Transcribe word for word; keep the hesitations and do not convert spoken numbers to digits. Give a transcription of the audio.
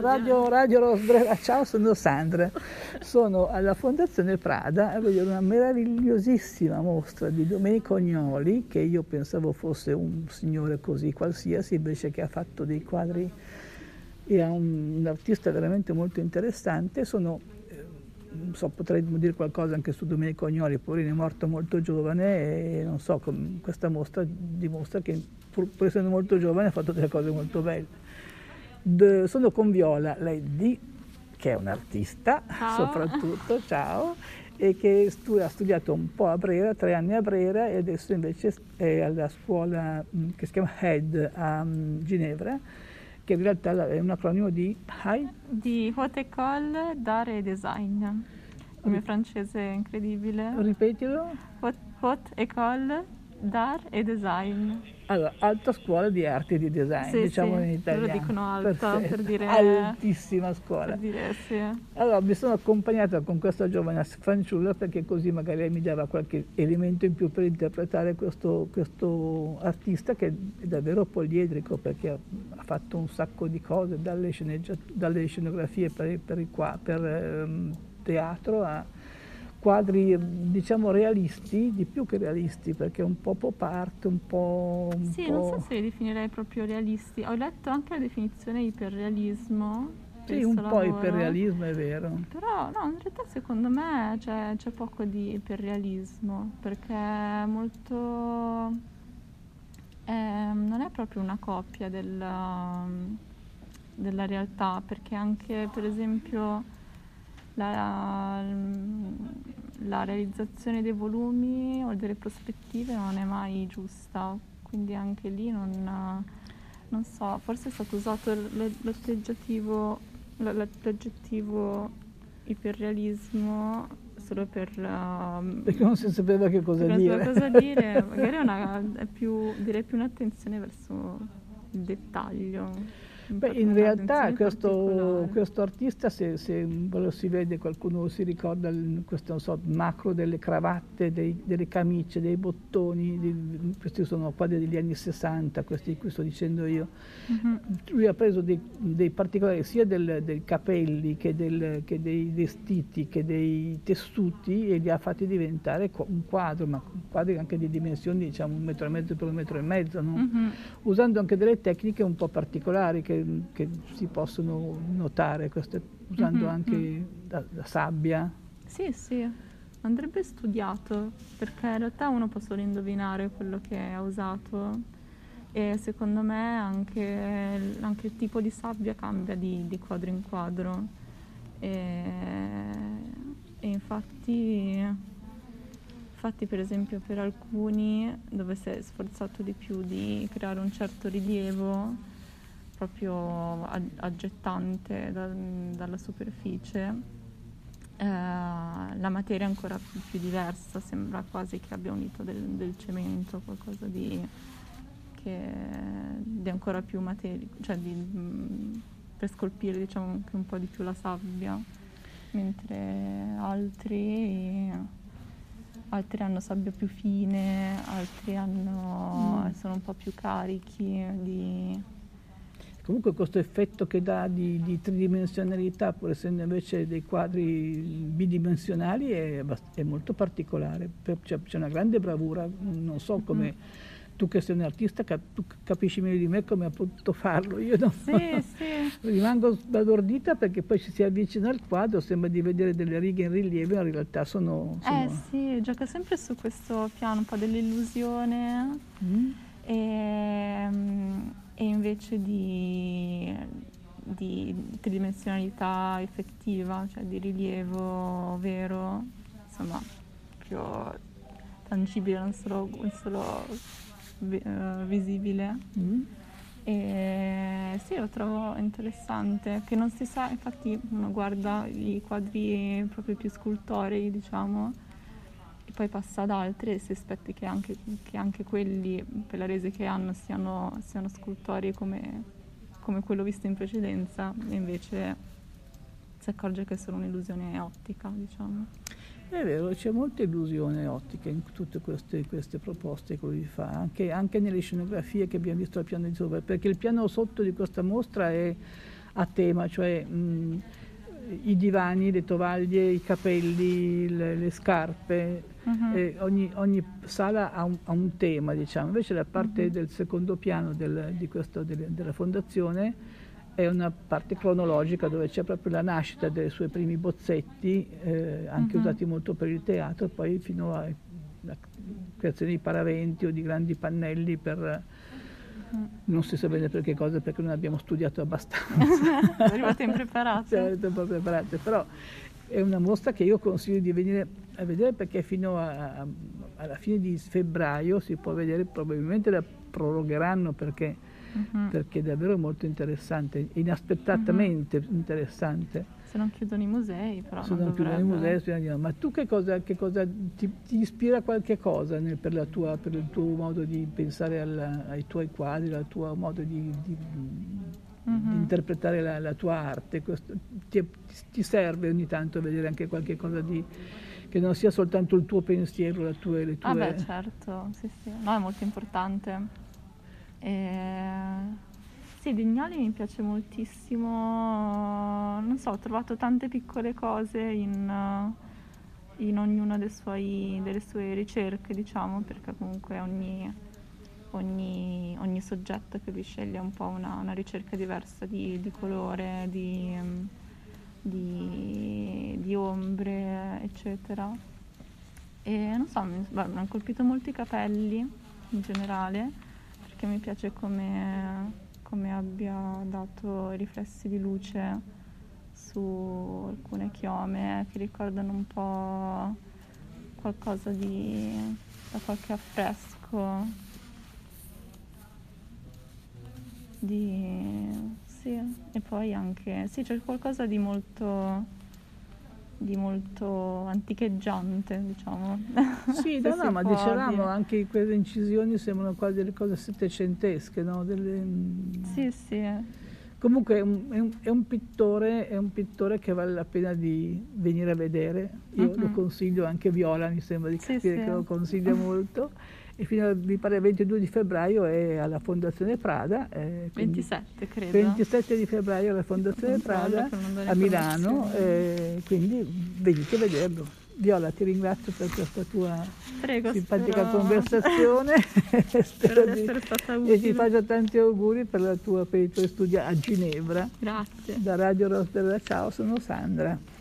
Radio, Radio Rosbrera, ciao, sono Sandra, sono alla Fondazione Prada a vedere una meravigliosissima mostra di Domenico Agnoli, che io pensavo fosse un signore così qualsiasi, invece che ha fatto dei quadri e è un, un artista veramente molto interessante. Sono, eh, non so, potrei dire qualcosa anche su Domenico Agnoli, poverino, è morto molto giovane e non so, questa mostra dimostra che pur, pur essendo molto giovane ha fatto delle cose molto belle. De, sono con Viola Leddi, che è un'artista soprattutto, ciao, e che stu, ha studiato un po' a Brera, tre anni a Brera, e adesso invece è alla scuola mh, che si chiama Head a mh, Ginevra, che in realtà è un acronimo di Hi? Di Haute École d'Art et Design. Il mio francese è incredibile. Ripetilo. Haute, Haute École d'Art et Design. Allora, alta scuola di arte e di design, sì, diciamo sì, in italiano. Lo dicono alta, Perfetto. per dire... Altissima scuola. Per dire sì. Allora, mi sono accompagnata con questa giovane fanciulla perché così magari lei mi dava qualche elemento in più per interpretare questo, questo artista, che è davvero poliedrico, perché ha fatto un sacco di cose, dalle, dalle scenografie per, per, il, per um, teatro a quadri, diciamo, realisti, di più che realisti, perché un po' pop art, un po'... Un sì, po'... non so se li definirei proprio realisti. Ho letto anche la definizione iperrealismo. Sì, un po' iperrealismo, è vero. Però, no, in realtà secondo me c'è, c'è poco di iperrealismo, perché è molto... Eh, non è proprio una copia della, della realtà, perché anche, per esempio... La, la realizzazione dei volumi o delle prospettive non è mai giusta, quindi anche lì non, non so, forse è stato usato l'aggettivo, l'aggettivo iperrealismo solo per... Uh, perché non si sapeva che cosa dire. cosa dire, magari è, una, è più, direi più un'attenzione verso il dettaglio. Beh, in realtà questo, questo artista, se, se lo si vede, qualcuno si ricorda il, questo, non so, macro delle cravatte, dei, delle camicie, dei bottoni, di, questi sono quadri degli anni sessanta, questi di cui sto dicendo io. Mm-hmm. Lui ha preso dei, dei particolari sia del, dei capelli che, del, che dei vestiti che dei tessuti e li ha fatti diventare un quadro, ma quadri anche di dimensioni, diciamo, un metro e mezzo per un metro e mezzo, no? Mm-hmm. Usando anche delle tecniche un po' particolari che che si possono notare, queste, usando mm-hmm, anche la, la sabbia. Sì, sì, andrebbe studiato, perché in realtà uno può solo indovinare quello che ha usato e secondo me anche, anche il tipo di sabbia cambia di, di quadro in quadro e, e infatti, infatti per esempio per alcuni dove si è sforzato di più di creare un certo rilievo proprio aggettante da, dalla superficie, eh, la materia è ancora più, più diversa, sembra quasi che abbia unito del, del cemento, qualcosa di che di ancora più materia, cioè di, mh, per scolpire, diciamo, anche un po' di più la sabbia, mentre altri altri hanno sabbia più fine, altri hanno, mm. sono un po' più carichi di... Comunque questo effetto che dà di, di tridimensionalità, pur essendo invece dei quadri bidimensionali, è, è molto particolare. C'è, c'è una grande bravura, non so come... Mm. Tu che sei un artista, cap- tu capisci meglio di me come ha potuto farlo. Io non sì, sì. rimango sbalordita perché poi ci si avvicina al quadro, sembra di vedere delle righe in rilievo, in realtà sono... sono... Eh sì, gioca sempre su questo piano un po' dell'illusione mm. e, e invece di, di tridimensionalità effettiva, cioè di rilievo vero, insomma, più tangibile, non solo... Non solo Uh, visibile mm. E sì, lo trovo interessante, che non si sa, infatti uno guarda i quadri proprio più scultorei, diciamo, e poi passa ad altri e si aspetti che anche, che anche quelli, per la rese che hanno, siano, siano scultori come, come quello visto in precedenza, e invece si accorge che è solo un'illusione ottica, diciamo. È vero, c'è molta illusione ottica in tutte queste, queste proposte che lui fa, anche, anche nelle scenografie che abbiamo visto al piano di sopra, perché il piano sotto di questa mostra è a tema, cioè mh, i divani, le tovaglie, i capelli, le, le scarpe, uh-huh. eh, ogni, ogni sala ha un, ha un tema, diciamo. Invece la parte uh-huh. del secondo piano del, di questo, del, della fondazione è una parte cronologica dove c'è proprio la nascita dei suoi primi bozzetti, eh, anche uh-huh. usati molto per il teatro, poi fino alla creazione di paraventi o di grandi pannelli per... Non si sa bene per che cosa, perché non abbiamo studiato abbastanza. Arrivate impreparate. Siamo un po' preparate, però è una mostra che io consiglio di venire a vedere, perché fino a, a, alla fine di febbraio si può vedere, probabilmente la prorogheranno perché, uh-huh. perché è davvero molto interessante, inaspettatamente uh-huh. interessante. Se non chiudono i musei, però Se non, non chiudono i dovrebbe. musei, ma tu che cosa, che cosa ti, ti ispira qualche cosa nel, per, la tua, per il tuo modo di pensare alla, ai tuoi quadri, al tuo modo di, di, mm-hmm. di interpretare la, la tua arte? Questo, ti, ti serve ogni tanto vedere anche qualche cosa di, che non sia soltanto il tuo pensiero, la tua, le tue... Ah beh, certo, sì, sì. No, è molto importante. E... Sì, Vignali mi piace moltissimo, non so, ho trovato tante piccole cose in, in ognuna dei suoi, delle sue ricerche, diciamo, perché comunque ogni, ogni, ogni soggetto che lui sceglie è un po' una, una ricerca diversa di, di colore, di, di, di ombre, eccetera. E non so, mi, beh, mi hanno colpito molto i capelli in generale, perché mi piace come... come abbia dato i riflessi di luce su alcune chiome che ricordano un po' qualcosa di da qualche affresco di sì, e poi anche sì, c'è qualcosa di molto di molto anticheggiante, diciamo. Sì, no, no, ma dicevamo dire. Anche quelle incisioni sembrano quasi delle cose settecentesche, no? Delle... Sì, sì. Comunque è un, è, un, è un pittore, è un pittore che vale la pena di venire a vedere. Io uh-huh. lo consiglio, anche Viola mi sembra di capire sì, che sì. lo consiglia molto. E fino al, mi pare, ventidue di febbraio è alla Fondazione Prada. Eh, ventisette credo. ventisette di febbraio alla Fondazione Prada a Milano, eh, quindi venite a vederlo. Viola, ti ringrazio per questa tua Prego, simpatica spero... conversazione. spero di essere stata utile. E ti faccio tanti auguri per, la tua, per i tuoi studi a Ginevra. Grazie. Da Radio Rosbella, ciao, sono Sandra.